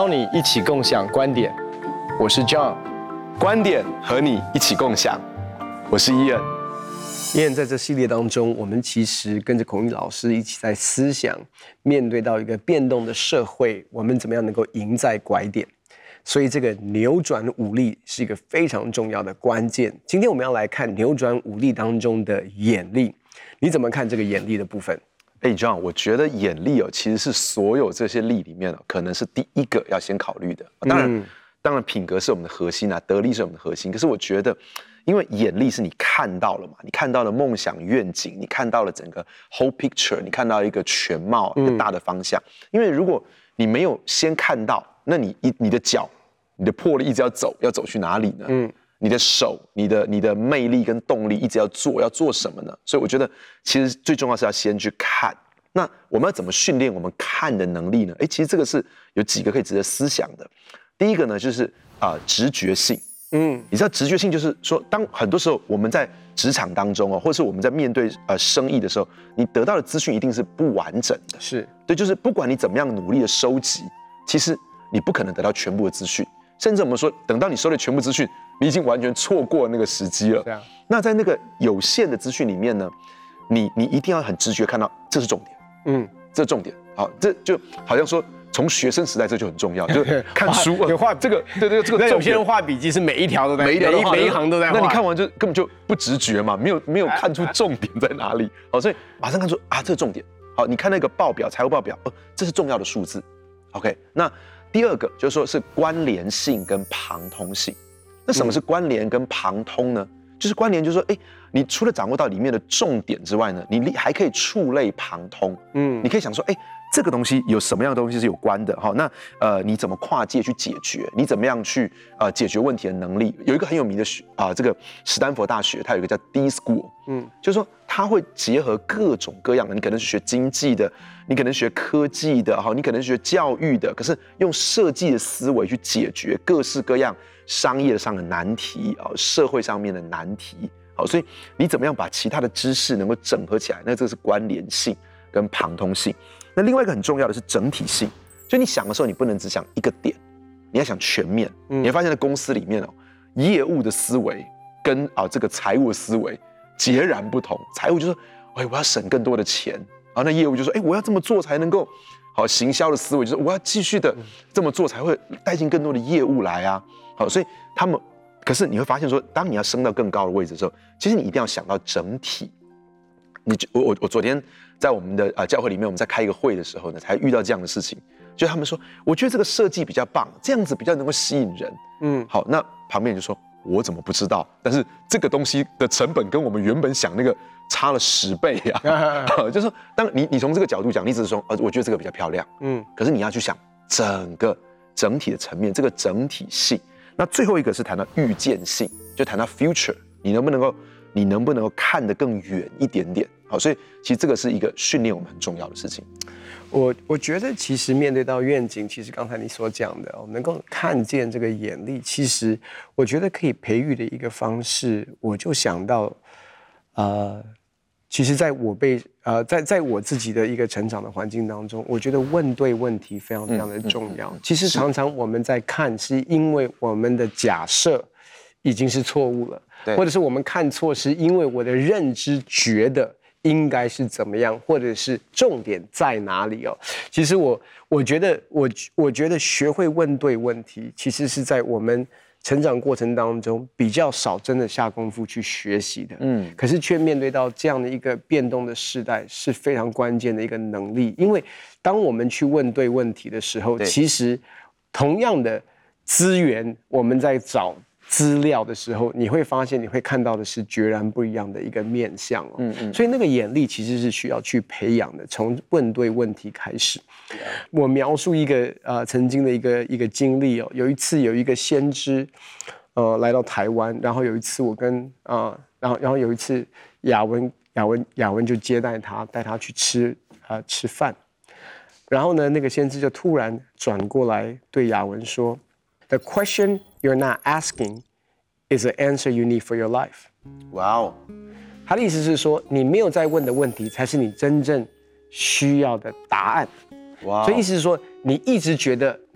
邀你一起共享观点，我是 John， 观点和你一起共享，我是Ian。 Ian在这系列当中，我们其实跟着孔毅老师一起在思想，面对到一个变动的社会，我们怎么样能够赢在拐点？所以这个扭转武力是一个非常重要的关键。今天我们要来看扭转武力当中的眼力，你怎么看这个眼力的部分 ？John， 我觉得眼力其实是所有这些力里面可能是第一个要先考虑的。当然品格是我们的核心啊，德力是我们的核心。可是我觉得，因为眼力是你看到了嘛，你看到了梦想愿景，你看到了整个 whole picture， 你看到一个全貌，一个大的方向。因为如果你没有先看到，那你的脚、你的魄力一直要走去哪里呢？你的手、你的魅力跟动力一直要做什么呢？所以我觉得，其实最重要是要先去看。那我们要怎么训练我们看的能力呢？其实这个是有几个可以值得思想的。第一个呢，就是直觉性。你知道直觉性就是说，当很多时候我们在职场当中或者是我们在面对生意的时候，你得到的资讯一定是不完整的。 是对，就是不管你怎么样努力的收集，其实你不可能得到全部的资讯。甚至我们说，等到你收了全部资讯，你已经完全错过那个时机了。那在那个有限的资讯里面呢，你一定要很直觉看到这是重点。这是重点。好，这就好像说。从学生时代这就很重要，就是看书有画这个对这个。 那有些人画笔记是每一条都在，每一行都在画。 那你看完就根本就不直觉嘛，没有看出重点在哪里。好，所以马上看出这是重点。好，你看那个报表，财务报表，这是重要的数字。OK， 那第二个就是说是关联性跟旁通性。那什么是关联跟旁通呢？就是关联，就是说，你除了掌握到里面的重点之外呢，你还可以触类旁通。你可以想说，这个东西有什么样的东西是有关的？那你怎么跨界去解决？你怎么样去解决问题的能力？有一个很有名的这个史丹佛大学，它有一个叫 D School，就是说它会结合各种各样的，你可能是学经济的，你可能学科技的，你可能学教育的，可是用设计的思维去解决各式各样商业上的难题社会上面的难题。好，所以你怎么样把其他的知识能够整合起来？那这是关联性跟旁通性。那另外一个很重要的是整体性，所以你想的时候，你不能只想一个点，你要想全面。你会发现在公司里面业务的思维跟这个财务的思维截然不同。财务就说，我要省更多的钱，那业务就说，我要这么做才能够好。行销的思维就是我要继续的这么做才会带进更多的业务来啊。好，所以他们，可是你会发现说，当你要升到更高的位置的时候，其实你一定要想到整体。我昨天在我们的教会里面，我们在开一个会的时候呢，才遇到这样的事情。就他们说，我觉得这个设计比较棒，这样子比较能够吸引人。好，那旁边人就说，我怎么不知道？但是这个东西的成本跟我们原本想那个差了10倍呀。就是说，当你从这个角度讲，你只是说，我觉得这个比较漂亮。可是你要去想整体的层面，这个整体性。那最后一个是谈到预见性，就谈到 future， 你能不能够看得更远一点点？好，所以其实这个是一个训练我们很重要的事情。 我觉得其实面对到愿景，其实刚才你所讲的，能够看见这个眼力，其实我觉得可以培育的一个方式，我就想到，其实在我自己的一个成长的环境当中，我觉得问对问题非常非常的重要。其实常常我们在看，是因为我们的假设已经是错误了，或者是我们看错，是因为我的认知觉得应该是怎么样，或者是重点在哪里哦。其实我觉得学会问对问题，其实是在我们成长过程当中比较少真的下功夫去学习的。可是却面对到这样的一个变动的时代，是非常关键的一个能力。因为当我们去问对问题的时候，其实同样的资源，我们在找资料的时候，你会发现，你会看到的是截然不一样的一个面向所以那个眼力其实是需要去培养的，从问对问题开始。我描述一个曾经的一个经历有一次有一个先知来到台湾，然后有一次我跟然后有一次雅文就接待他，带他去吃饭，然后呢，那个先知就突然转过来对雅文说：“The question you're not asking is the answer you need for your life。” 哇哦， 他的意思是说，你没有在问的问题，才是你真正需要的答案。哇，所以意思是说，你一直觉得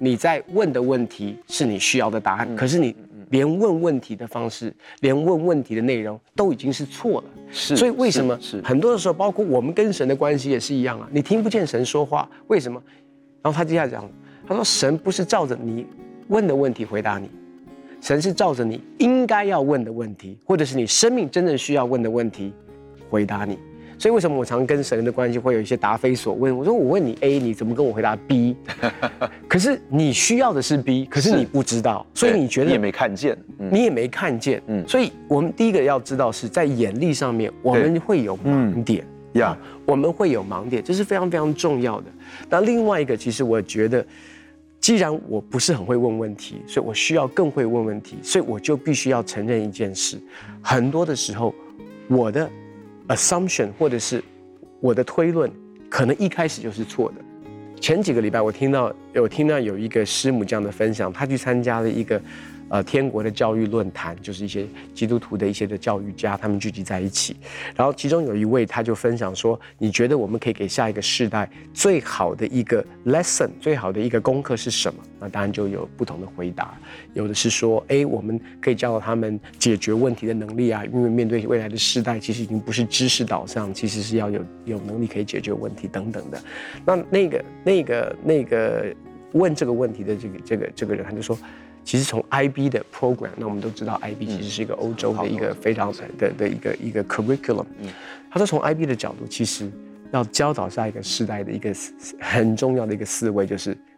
你在问的问题是你需要的答案，可是你连问问题的方式，连问问题的内容都已经是错了。所以为什么很多的时候，包括我们跟神的关系也是一样啊？你听不见神说话，为什么？然后他接下来讲，他说神不是照着你问的问题回答你，神是照着你应该要问的问题，或者是你生命真正需要问的问题回答你。所以为什么我常跟神的关系会有一些答非所问？我说我问你 A， 你怎么跟我回答 B？ 可是你需要的是 B， 可是你不知道，所以你觉得你也没看见， 你也没看见。所以我们第一个要知道是在眼力上面，我们会有盲点。我们会有盲点，这是非常非常重要的。那另外一个，其实我觉得，既然我不是很会问问题，所以我需要更会问问题，所以我就必须要承认一件事：很多的时候，我的 assumption 或者是我的推论，可能一开始就是错的。前几个礼拜我听到有一个师母这样的分享，他去参加了一个天国的教育论坛，就是一些基督徒的一些的教育家，他们聚集在一起。然后其中有一位他就分享说，你觉得我们可以给下一个世代最好的一个 lesson， 最好的一个功课是什么？那当然就有不同的回答，有的是说，我们可以教导他们解决问题的能力啊，因为面对未来的世代，其实已经不是知识导向，其实是要有能力可以解决问题等等的。那个问这个问题的这个人，他就说，其实从 IB 的 program， 那我们都知道 IB 其实是一个欧洲的一个非常的一个 curriculum。他说从 IB 的角度，其实要教导下一个世代的一个很重要的一个思维就是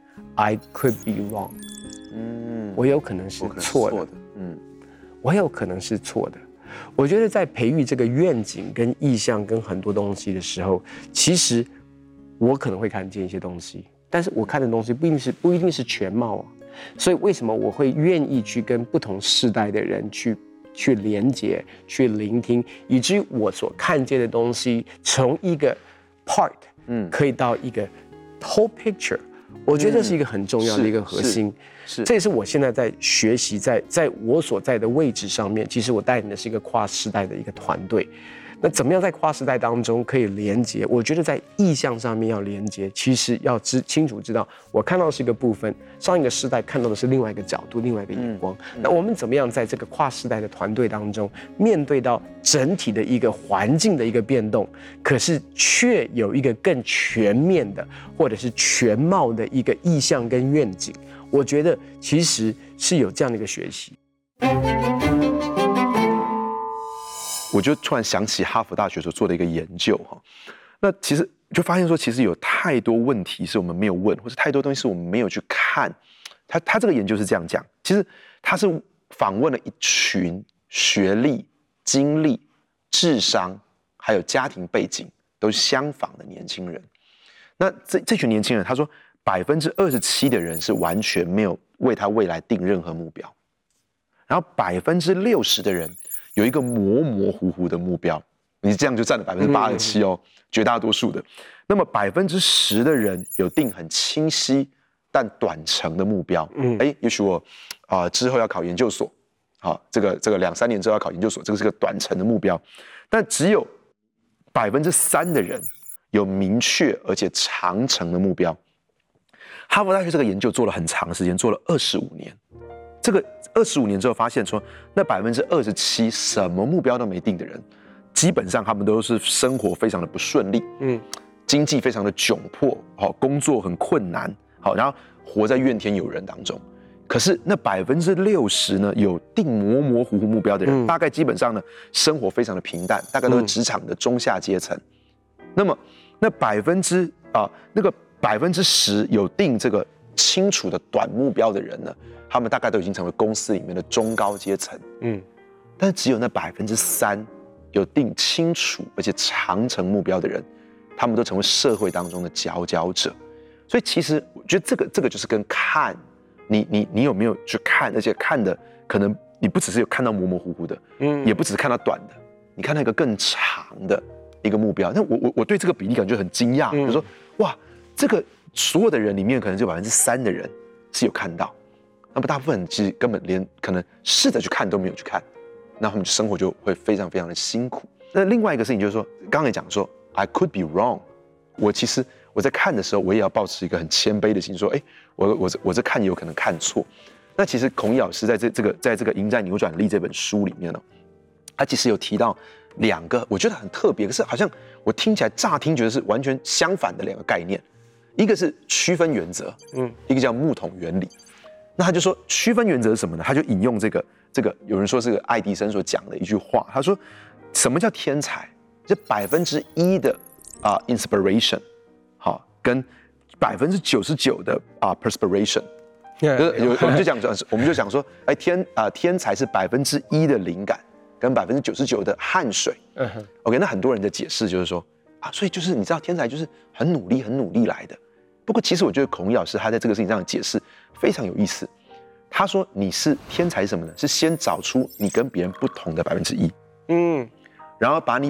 I could be wrong。我有可能是错的。我有可能是错的。我觉得在培育这个愿景跟意向跟很多东西的时候，其实我可能会看见一些东西，但是我看的东西不一定是全貌啊。所以为什么我会愿意去跟不同世代的人去连接、去聆听，以至于我所看见的东西从一个 part， 可以到一个 whole picture， 我觉得这是一个很重要的一个核心。这也是我现在在学习，在我所在的位置上面，其实我带领的是一个跨世代的一个团队。那怎么样在跨时代当中可以连接？我觉得在意向上面要连接，其实要清楚知道，我看到的是一个部分，上一个时代看到的是另外一个角度、另外一个眼光。那我们怎么样在这个跨时代的团队当中，面对到整体的一个环境的一个变动，可是却有一个更全面的或者是全貌的一个意向跟愿景？我觉得其实是有这样的一个学习。 我就突然想起哈佛大学所做的一个研究哈，那其实就发现说，其实有太多问题是我们没有问，或是太多东西是我们没有去看。他这个研究是这样讲，其实他是访问了一群学历、经历、智商还有家庭背景都相仿的年轻人。那这群年轻人，他说27%的人是完全没有为他未来定任何目标，然后60%的人有一个模模糊糊的目标，你这样就占了87%哦，绝大多数的。那么10%的人有定很清晰但短程的目标，也许我之后要考研究所，这个2-3年之后要考研究所，这个是个短程的目标。但只有3%的人有明确而且长程的目标。哈佛大学这个研究做了很长的时间，做了25年。这个25年之后发现说，那27%什么目标都没定的人，基本上他们都是生活非常的不顺利，经济非常的窘迫，工作很困难，然后活在怨天尤人当中。可是那60%呢，有定模模糊糊目标的人，大概基本上呢，生活非常的平淡，大概都是职场的中下阶层。那么那10%有定这个清楚的短目标的人呢，他们大概都已经成为公司里面的中高阶层，但是只有那3%有定清楚而且长程目标的人，他们都成为社会当中的佼佼者。所以其实我觉得这个就是跟看你有没有去看，而且看的可能你不只是有看到模模糊糊的，也不只是看到短的，你看到一个更长的一个目标。那我对这个比例感觉很惊讶，比如说哇，这个所有的人里面可能就3%的人是有看到。那么大部分人其实根本连可能试着去看都没有去看，那他们生活就会非常非常的辛苦。那另外一个事情就是说，刚才讲说 I could be wrong， 我在看的时候，我也要保持一个很谦卑的心，说，我这看有可能看错。那其实孔乙老师在这个《赢在扭转力》这本书里面呢，他其实有提到2个我觉得很特别，可是好像我听起来乍听觉得是完全相反的2个概念，一个是区分原则，一个叫木桶原理。那他就说区分原则是什么呢？他就引用这个有人说是爱迪生所讲的一句话，他说什么叫天才？这1%的inspiration， 好，跟99%的perspiration。我们就讲说，天才是1%的灵感，跟99%的汗水。OK， 那很多人的解释就是说所以就是你知道，天才就是很努力来的。不过其实我觉得孔乙老师他在这个事情上的解释非常有意思。他说你是天才是什么呢？是先找出你跟别人不同的1%，然后把你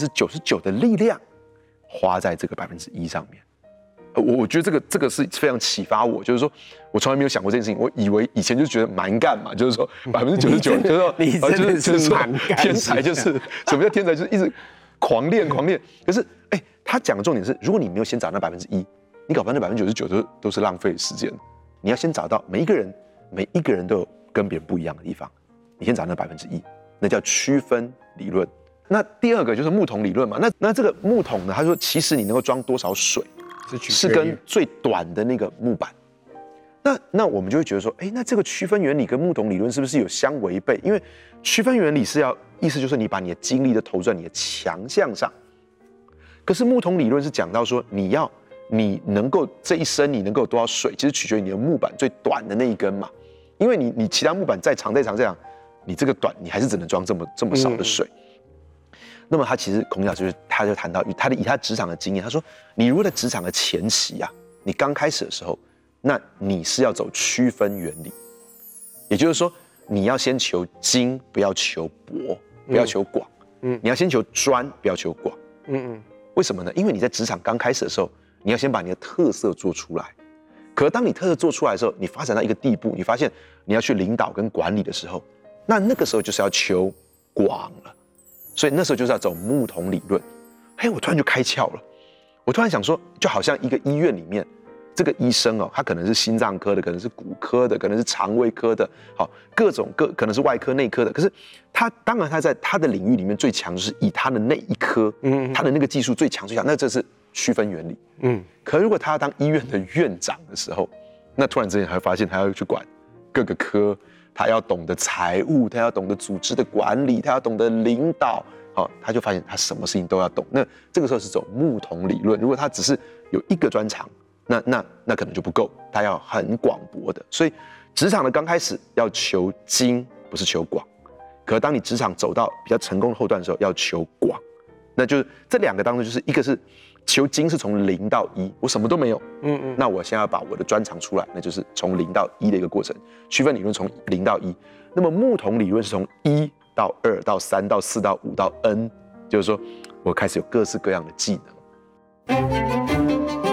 99%的力量花在这个1%上面。我觉得这个是非常启发我，就是说我从来没有想过这件事情，我以为以前就觉得蛮干嘛，就是说99%就是说你真的是蛮干， 天才就是什么叫天才，就是一直狂练。可是他讲的重点是，如果你没有先找那1%，你搞不好那99%都是浪费时间。你要先找到每一个人都有跟别人不一样的地方，你先找那1%，那叫区分理论。那第2个就是木桶理论嘛。那这个木桶呢，他说其实你能够装多少水是跟最短的那个木板。那我们就会觉得说，那这个区分原理跟木桶理论是不是有相违背？因为区分原理意思就是你把你的精力都投在你的强项上，可是木桶理论是讲到说你能够这一生你能够有多少水，其实取决于你的木板最短的那一根嘛。因为你其他木板再长，你这个短你还是只能装这么少的水。那么他其实孔乙老师他就谈到以他职场的经验，他说你如果在职场的前期你刚开始的时候，那你是要走区分原理，也就是说你要先求精，不要求博，不要求广，你要先求专，不要求广。为什么呢？因为你在职场刚开始的时候，你要先把你的特色做出来。可是当你特色做出来的时候，你发展到一个地步，你发现你要去领导跟管理的时候，那个时候就是要求广了。所以那时候就是要走木桶理论。我突然就开窍了。我突然想说，就好像一个医院里面，这个医生他可能是心脏科的，可能是骨科的，可能是肠胃科的，可能是外科内科的。可是当然他在他的领域里面最强，就是以他的那一科，他的那个技术最强，那这是区分原理。可如果他要当医院的院长的时候，那突然之间还会发现他要去管各个科。他要懂得财务，他要懂得组织的管理，他要懂得领导，他就发现他什么事情都要懂。那这个时候是走木桶理论。如果他只是有一个专长，那可能就不够，他要很广博的。所以职场的刚开始要求精，不是求广。可是当你职场走到比较成功的后段的时候，要求广。那就是这2个当中，就是一个是求精是从0到1，我什么都没有，那我现在要把我的专长出来，那就是从0到1的一个过程。区分理论从0到1，那么木桶理论是从1到2到3到4到5到 N， 就是说我开始有各式各样的技能。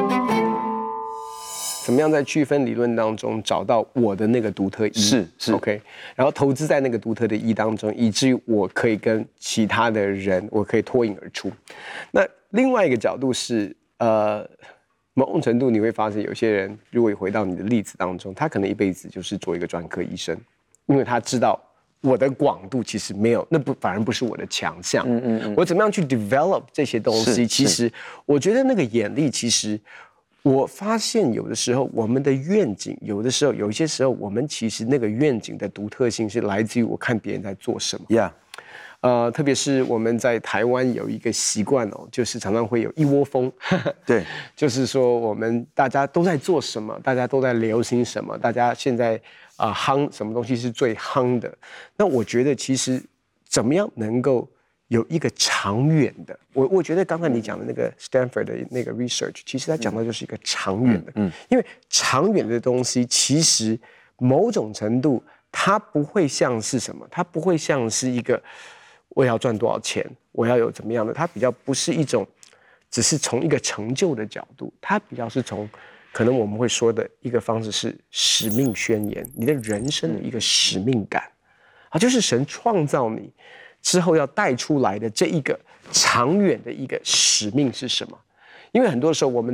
怎么样在区分理论当中找到我的那个独特一？是 OK， 然后投资在那个独特的一当中，以至于我可以跟其他的人，我可以脱颖而出。那另外一个角度是，某种程度你会发现，有些人如果回到你的例子当中，他可能一辈子就是做一个专科医生，因为他知道我的广度其实没有，反而不是我的强项。我怎么样去 develop 这些东西？其实我觉得那个眼力其实。我发现有的时候我们的愿景，有一些时候我们其实那个愿景的独特性是来自于我看别人在做什么。特别是我们在台湾有一个习惯就是常常会有一窝蜂。 对， 就是说我们大家都在做什么，大家都在流行什么，大家现在夯什么东西是最夯的。那我觉得其实怎么样能够有一个长远的，我觉得刚才你讲的那个 Stanford 的那个 research， 其实它讲到就是一个长远的，因为长远的东西其实某种程度它不会像是什么，它不会像是一个我要赚多少钱，我要有怎么样的，它比较不是一种只是从一个成就的角度，它比较是从可能我们会说的一个方式是使命宣言，你的人生的一个使命感就是神创造你之后要带出来的这一个长远的一个使命是什么？因为很多时候我们的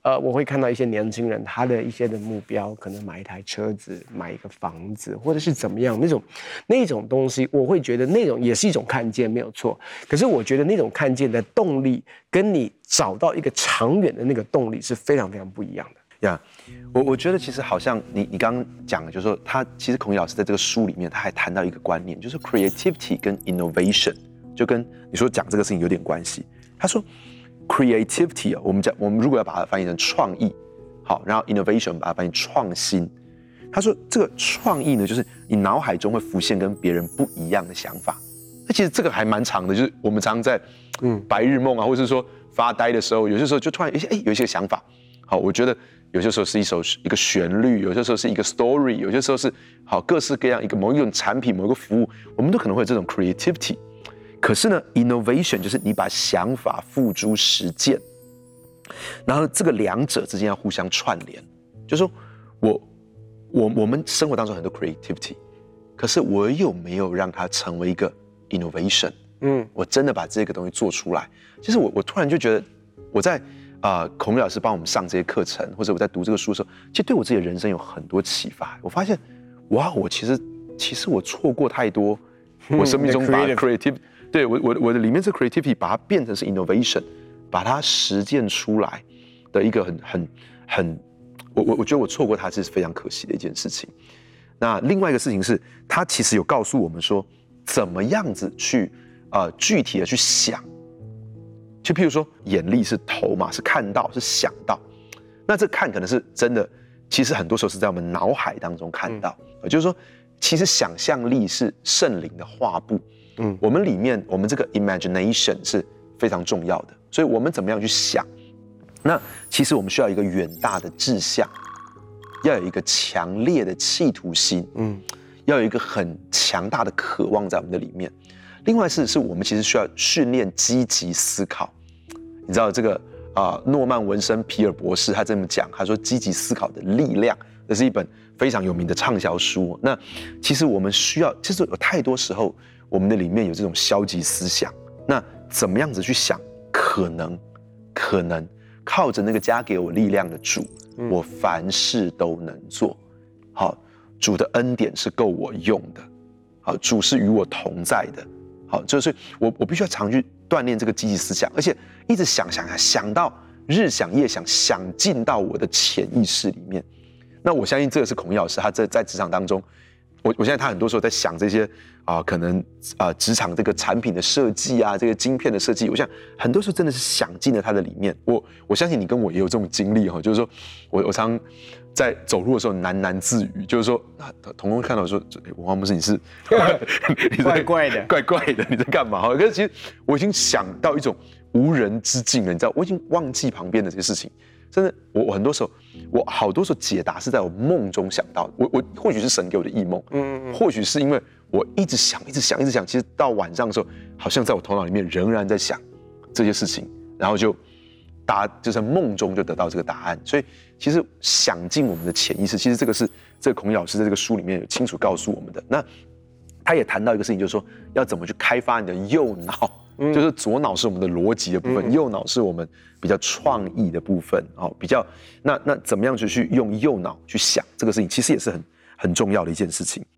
我会看到一些年轻人，他的一些的目标，可能买一台车子，买一个房子，或者是怎么样那种东西，我会觉得那种也是一种看见，没有错。可是我觉得那种看见的动力，跟你找到一个长远的那个动力是非常非常不一样的。 我觉得其实好像你刚刚讲的，就是说他其实孔毅老师在这个书里面，他还谈到一个观念，就是 creativity 跟 innovation 就跟你说讲这个事情有点关系。他说 creativity 我们如果要把它翻译成创意，好，然后 innovation 把它翻译创新。他说这个创意呢，就是你脑海中会浮现跟别人不一样的想法。那其实这个还蛮长的，就是我们常在白日梦啊，或者是说发呆的时候，有些时候就突然有一些想法。好，我觉得有些时候是一个旋律，有些时候是一个 story， 有些时候是好各式各样某一种产品、某一个服务，我们都可能会有这种 creativity。可是呢 ，innovation 就是你把想法付诸实践，然后这个两者之间要互相串联。就是说我们生活当中很多 creativity， 可是我有没有让它成为一个 innovation？我真的把这个东西做出来。其实我突然就觉得我在孔毅老师帮我们上这些课程，或者我在读这个书的时候，其实对我自己的人生有很多启发。我发现，我其实我错过太多，我生命中把 creativity， 对我的里面这 creativity 把它变成是 innovation， 把它实践出来的一个我觉得我错过它是非常可惜的一件事情。那另外一个事情是，他其实有告诉我们说，怎么样子去具体的去想。就譬如说，眼力是头嘛，是看到，是想到。那这看可能是真的，其实很多时候是在我们脑海当中看到。就是说，其实想象力是圣灵的画布。我们里面，我们这个 imagination 是非常重要的。所以我们怎么样去想？那其实我们需要一个远大的志向，要有一个强烈的企图心，要有一个很强大的渴望在我们的里面。另外是我们其实需要训练积极思考。你知道这个诺曼文森皮尔博士他这么讲，他说积极思考的力量，这是一本非常有名的畅销书。那其实我们需要，其实有太多时候我们的里面有这种消极思想。那怎么样子去想？可能靠着那个加给我力量的主，我凡事都能做。好，主的恩典是够我用的。好，主是与我同在的。好，就是我必须要常去锻炼这个积极思想，而且一直想到日想夜想，想进到我的潜意识里面。那我相信这个是孔毅老师他在职场当中，我相信他很多时候在想这些可能职场这个产品的设计啊，这个晶片的设计，我想很多时候真的是想进了他的里面。我相信你跟我也有这种经历哈，就是说我常在走路的时候喃喃自语，就是说同工看到我说，文化牧师你是怪怪的， 你在干嘛？可是其实我已经想到一种无人之境了，你知道，我已经忘记旁边的这些事情。真的，我很多时候，我好多时候解答是在我梦中想到的。我或许是神给我的异梦，或许是因为我一直想，其实到晚上的时候，好像在我头脑里面仍然在想这些事情，然后就在梦中就得到这个答案。所以其实想进我们的潜意识，其实这个是这个孔毅老师在这个书里面有清楚告诉我们的。那他也谈到一个事情，就是说要怎么去开发你的右脑。就是左脑是我们的逻辑的部分，右脑是我们比较创意的部分，比较那怎么样去用右脑去想这个事情，其实也是很重要的一件事情。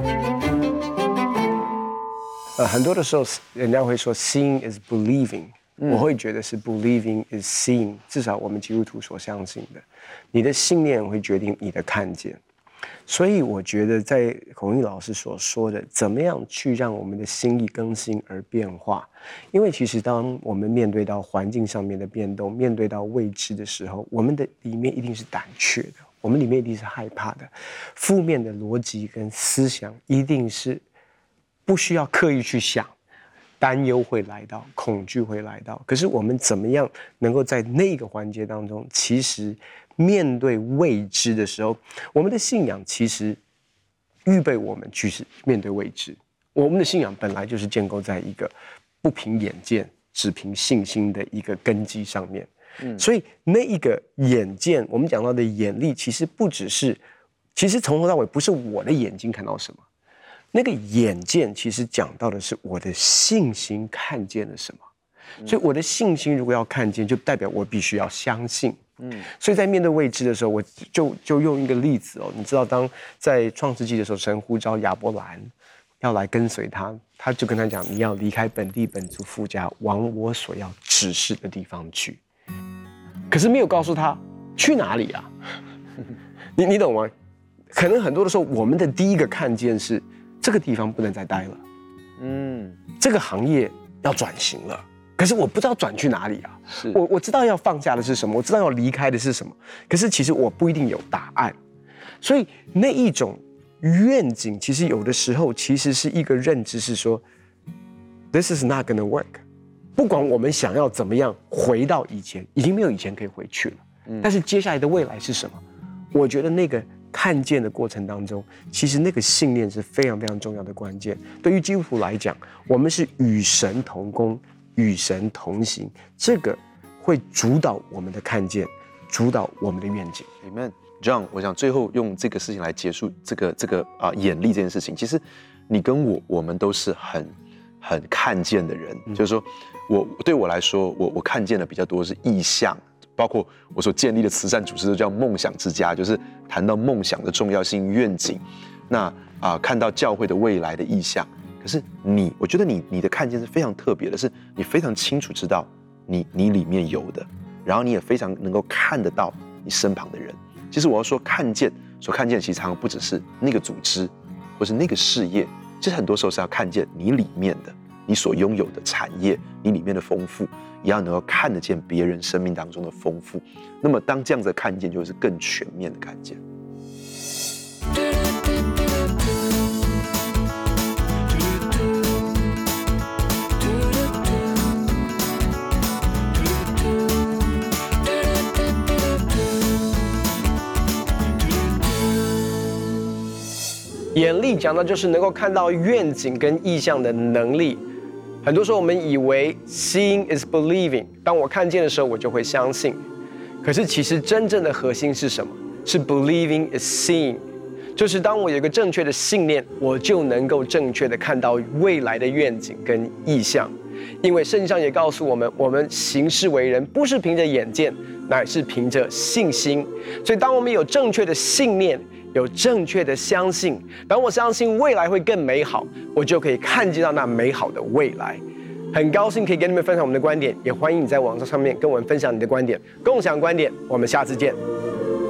很多的时候人家会说 seeing is believing，我会觉得是 believing is seeing， 至少我们基督徒所相信的，你的信念会决定你的看见。所以我觉得在孔毅老师所说的怎么样去让我们的心意更新而变化，因为其实当我们面对到环境上面的变动，面对到未知的时候，我们的里面一定是胆怯的，我们里面一定是害怕的，负面的逻辑跟思想一定是不需要刻意去想，担忧会来到，恐惧会来到，可是我们怎么样能够在那个环节当中，其实面对未知的时候，我们的信仰其实预备我们去面对未知。我们的信仰本来就是建构在一个不凭眼见，只凭信心的一个根基上面。所以那一个眼见，我们讲到的眼力，其实不只是，其实从头到尾不是我的眼睛看到什么，那个眼见其实讲到的是我的信心看见了什么。所以我的信心如果要看见，就代表我必须要相信。 所以在面对未知的时候，我就用一个例子哦，你知道，当在创世纪的时候，神呼召亚伯兰要来跟随他，他就跟他讲，你要离开本地本族父家，往我所要指示的地方去。可是没有告诉他去哪里啊？你懂吗？可能很多的时候，我们的第一个看见是这个地方不能再待了，这个行业要转型了。可是我不知道转去哪里啊！我知道要放下的是什么，我知道要离开的是什么，可是其实我不一定有答案。所以那一种愿景，其实有的时候其实是一个认知，是说 This is not gonna work。不管我们想要怎么样回到以前，已经没有以前可以回去了。但是接下来的未来是什么？我觉得那个看见的过程当中，其实那个信念是非常非常重要的关键。对于基督徒来讲，我们是与神同工。与神同行，这个会主导我们的看见，主导我们的愿景。 Amen。John， 我想最后用这个事情来结束这个眼力这件事情。其实你跟我们都是很看见的人，就是说对我来说，我看见的比较多是意象，包括我所建立的慈善组织都叫梦想之家，就是谈到梦想的重要性、愿景，那看到教会的未来的意象。可是我觉得你的看见是非常特别的，是你非常清楚知道你里面有的，然后你也非常能够看得到你身旁的人。其实我要说所看见其实常常不只是那个组织或是那个事业，其实很多时候是要看见你里面的，你所拥有的产业，你里面的丰富，也要能够看得见别人生命当中的丰富。那么当这样子的看见，就是更全面的看见。 眼力讲到就是能够看到愿景跟意象的能力。很多时候我们以为 seeing is believing， 当我看见的时候，我就会相信。可是其实真正的核心是什么？是 believing is seeing， 就是当我有一个正确的信念，我就能够正确的看到未来的愿景跟意象。因为圣经上也告诉我们，我们行事为人不是凭着眼见，乃是凭着信心。所以当我们有正确的信念，有正确的相信，当我相信未来会更美好，我就可以看见到那美好的未来。很高兴可以跟你们分享我们的观点，也欢迎你在网上面跟我们分享你的观点，共享观点。我们下次见。